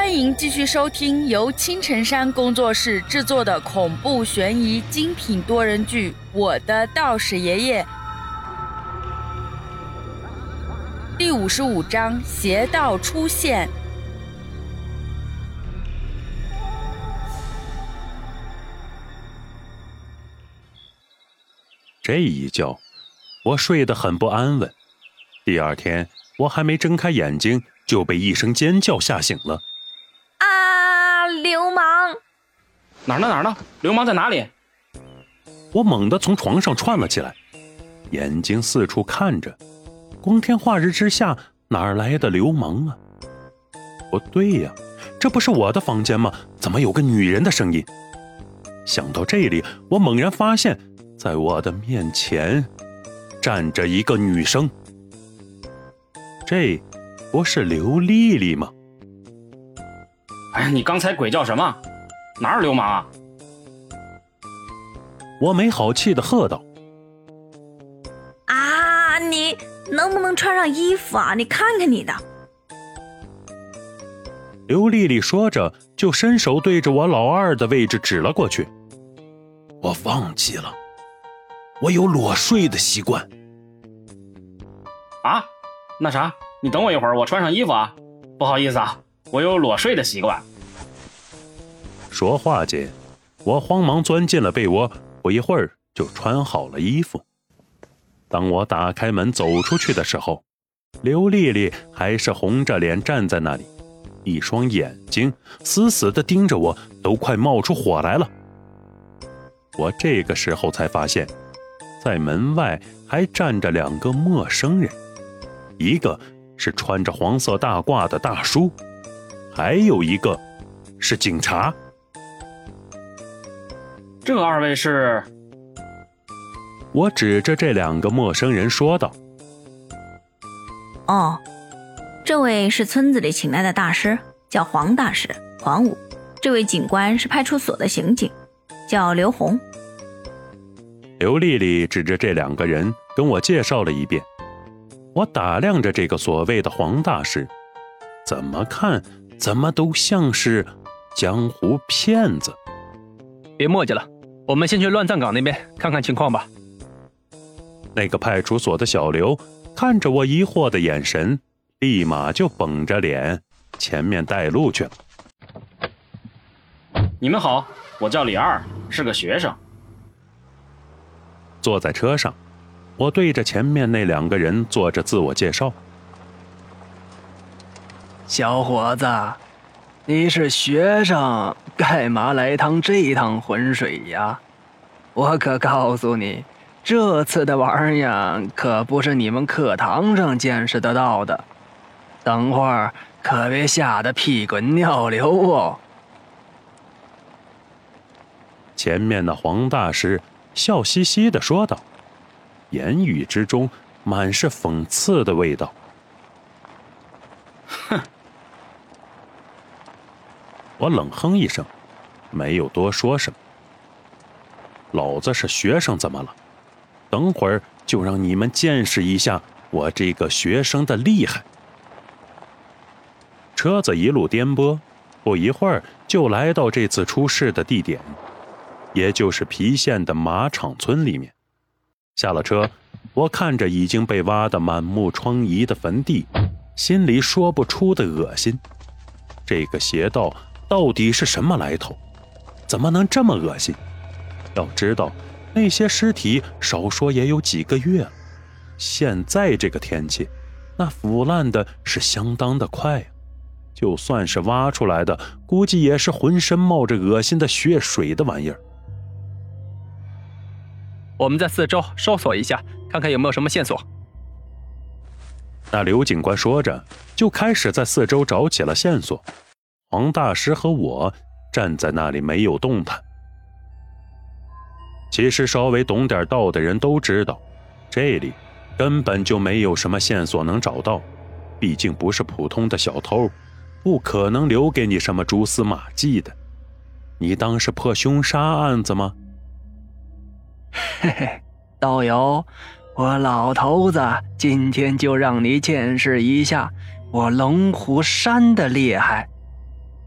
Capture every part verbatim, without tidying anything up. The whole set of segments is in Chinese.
欢迎继续收听由青城山工作室制作的恐怖悬疑精品多人剧《我的道士爷爷》第五十五章邪道出现。 这一觉我睡得很不安稳，第二天我还没睁开眼睛就被一声尖叫吓醒了。 啊！流氓！ 哪儿呢哪儿呢？流氓在哪里？ 我猛地从床上窜了起来，眼睛四处看着，光天化日之下哪来的流氓啊？不对呀，这不是我的房间吗？怎么有个女人的声音？想到这里，我猛然发现在我的面前站着一个女生，这不是刘丽丽吗？ 哎，你刚才鬼叫什么？哪有流氓啊？ 我没好气地喝道。 啊，你能不能穿上衣服啊？你看看你的。 刘丽丽说着就伸手对着我老二的位置指了过去。我忘记了，我有裸睡的习惯。 啊？那啥，你等我一会儿，我穿上衣服啊。不好意思啊，我有裸睡的习惯。 说话间，我慌忙钻进了被窝，不一会儿就穿好了衣服。当我打开门走出去的时候，刘丽丽还是红着脸站在那里，一双眼睛死死地盯着我，都快冒出火来了。我这个时候才发现，在门外还站着两个陌生人，一个是穿着黄色大褂的大叔，还有一个是警察。 这二位是？ 我指着这两个陌生人说道。 哦，这位是村子里请来的大师，叫黄大师，黄武。这位警官是派出所的刑警，叫刘红。 刘丽丽指着这两个人跟我介绍了一遍。我打量着这个所谓的黄大师，怎么看怎么都像是江湖骗子。 别墨迹了，我们先去乱葬岗那边看看情况吧。 那个派出所的小刘看着我疑惑的眼神，立马就绷着脸前面带路去了。 你们好，我叫李二，是个学生。 坐在车上，我对着前面那两个人做着自我介绍。 小伙子，你是学生，干嘛来趟这趟浑水呀？我可告诉你，这次的玩意儿可不是你们课堂上见识得到的，等会儿可别吓得屁滚尿流哦。 前面的黄大师笑嘻嘻地说道，言语之中满是讽刺的味道。 哼！ 我冷哼一声，没有多说什么。老子是学生怎么了？等会儿就让你们见识一下我这个学生的厉害。车子一路颠簸，不一会儿就来到这次出事的地点，也就是郫县的马场村里面。下了车，我看着已经被挖得满目疮痍的坟地，心里说不出的恶心。这个邪道到底是什么来头？怎么能这么恶心？要知道，那些尸体少说也有几个月了，现在这个天气，那腐烂的是相当的快啊。就算是挖出来的，估计也是浑身冒着恶心的血水的玩意儿。 我们在四周搜索一下，看看有没有什么线索。 那刘警官说着，就开始在四周找起了线索。黄大师和我站在那里没有动弹。其实稍微懂点道的人都知道，这里根本就没有什么线索能找到，毕竟不是普通的小偷，不可能留给你什么蛛丝马迹的。你当是破凶杀案子吗？ 嘿嘿，道友，我老头子今天就让你见识一下我龙虎山的厉害。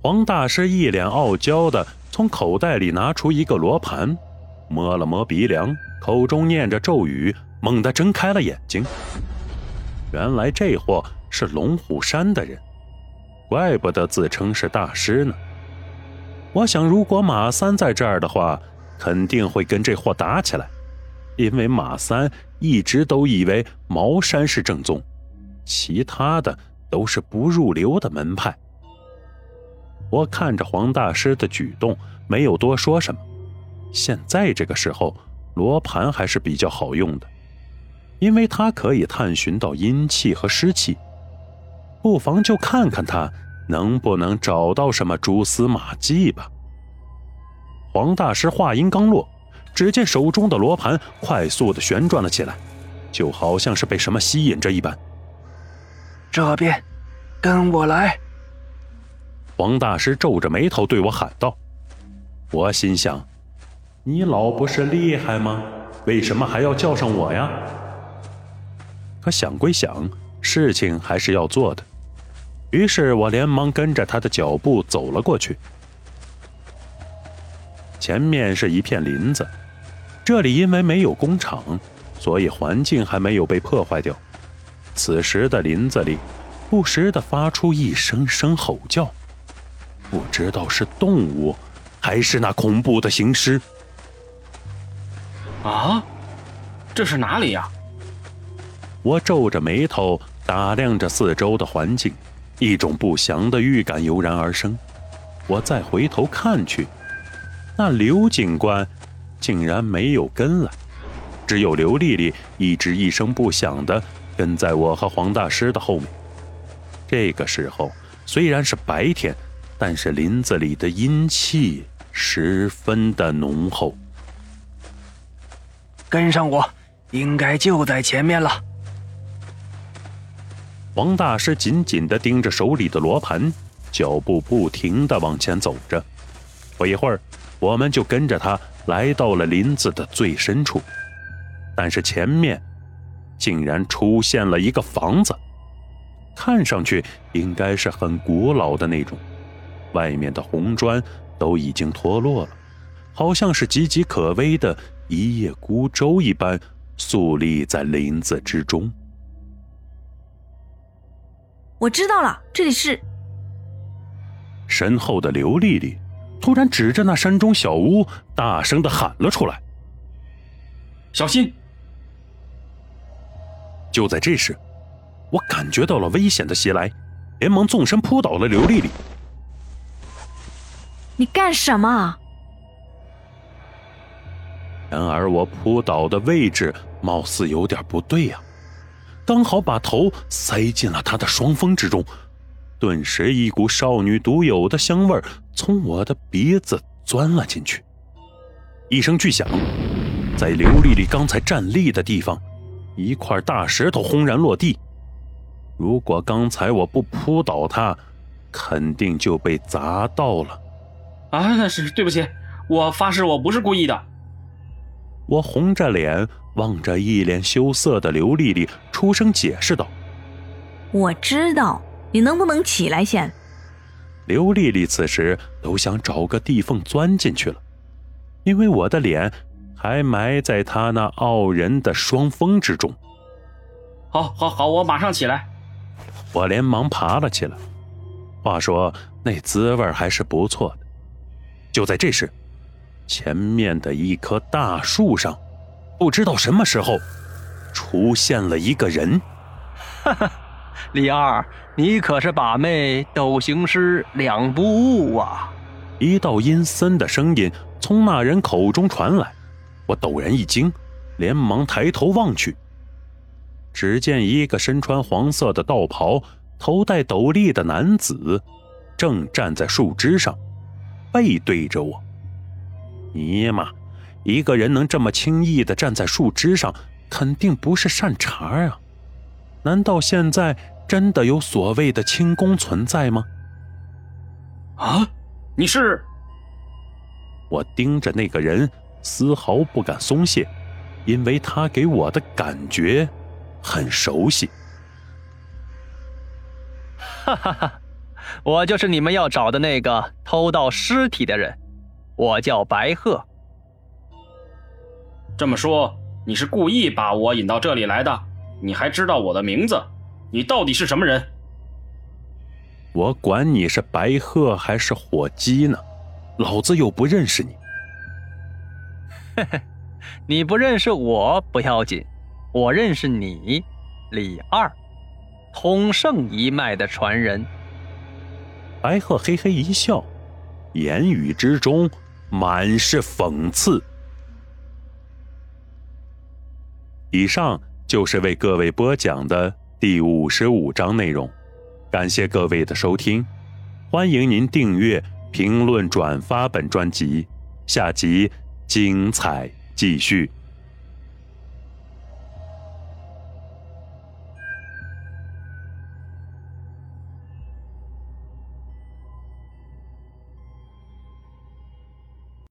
黄大师一脸傲娇的从口袋里拿出一个罗盘，摸了摸鼻梁，口中念着咒语，猛地睁开了眼睛。原来这货是龙虎山的人，怪不得自称是大师呢。我想如果马三在这儿的话，肯定会跟这货打起来，因为马三一直都以为茅山是正宗，其他的都是不入流的门派。我看着黄大师的举动，没有多说什么。现在这个时候，罗盘还是比较好用的，因为它可以探寻到阴气和湿气，不妨就看看它能不能找到什么蛛丝马迹吧。黄大师话音刚落，只见手中的罗盘快速地旋转了起来，就好像是被什么吸引着一般。 这边，跟我来！ 黄大师皱着眉头对我喊道。我心想，你老不是厉害吗？为什么还要叫上我呀？可想归想，事情还是要做的，于是我连忙跟着他的脚步走了过去。前面是一片林子，这里因为没有工厂，所以环境还没有被破坏掉。此时的林子里不时地发出一声声吼叫，不知道是动物还是那恐怖的行尸。 啊，这是哪里呀？ 我皱着眉头打量着四周的环境，一种不祥的预感油然而生。我再回头看去，那刘警官竟然没有跟来，只有刘丽丽一直一声不响地跟在我和黄大师的后面。这个时候虽然是白天，但是林子里的阴气十分的浓厚。 跟上我，应该就在前面了。 黄大师紧紧地盯着手里的罗盘，脚步不停地往前走着。不一会儿，我们就跟着他来到了林子的最深处，但是前面竟然出现了一个房子，看上去应该是很古老的那种，外面的红砖都已经脱落了，好像是岌岌可危的一叶孤舟一般肃立在林子之中。 我知道了，这里是…… 身后的刘丽丽突然指着那山中小屋大声地喊了出来： 小心！ 就在这时，我感觉到了危险的袭来，连忙纵身扑倒了刘丽丽。 你干什么？ 然而我扑倒的位置貌似有点不对呀、啊，刚好把头塞进了她的双峰之中，顿时一股少女独有的香味从我的鼻子钻了进去。一声巨响，在刘丽丽刚才站立的地方，一块大石头轰然落地。如果刚才我不扑倒她，肯定就被砸到了。 啊，那是对不起，我发誓我不是故意的。 我红着脸望着一脸羞涩的刘丽丽，出声解释道： 我知道，你能不能起来先？ 刘丽丽此时都想找个地缝钻进去了，因为我的脸还埋在她那傲人的双峰之中。 好好好，我马上起来。 我连忙爬了起来，话说那滋味还是不错的。就在这时，前面的一棵大树上，不知道什么时候出现了一个人。 哈哈，李二，你可是把妹斗行尸两不误啊！ 一道阴森的声音从那人口中传来，我陡然一惊，连忙抬头望去，只见一个身穿黄色的道袍、头戴斗笠的男子正站在树枝上，背对着我。尼玛，一个人能这么轻易地站在树枝上，肯定不是善茬啊！难道现在真的有所谓的轻功存在吗？ 啊，你是？ 我盯着那个人，丝毫不敢松懈，因为他给我的感觉很熟悉。 哈哈哈， 我就是你们要找的那个偷盗尸体的人，我叫白鹤。 这么说，你是故意把我引到这里来的？你还知道我的名字？你到底是什么人？ 我管你是白鹤还是火鸡呢，老子又不认识你。 嘿嘿，你不认识我不要紧，我认识你，李二，通圣一脉的传人。 白鹤嘿嘿一笑，言语之中满是讽刺。以上就是为各位播讲的第五十五章内容，感谢各位的收听，欢迎您订阅、评论、转发本专辑，下集精彩继续。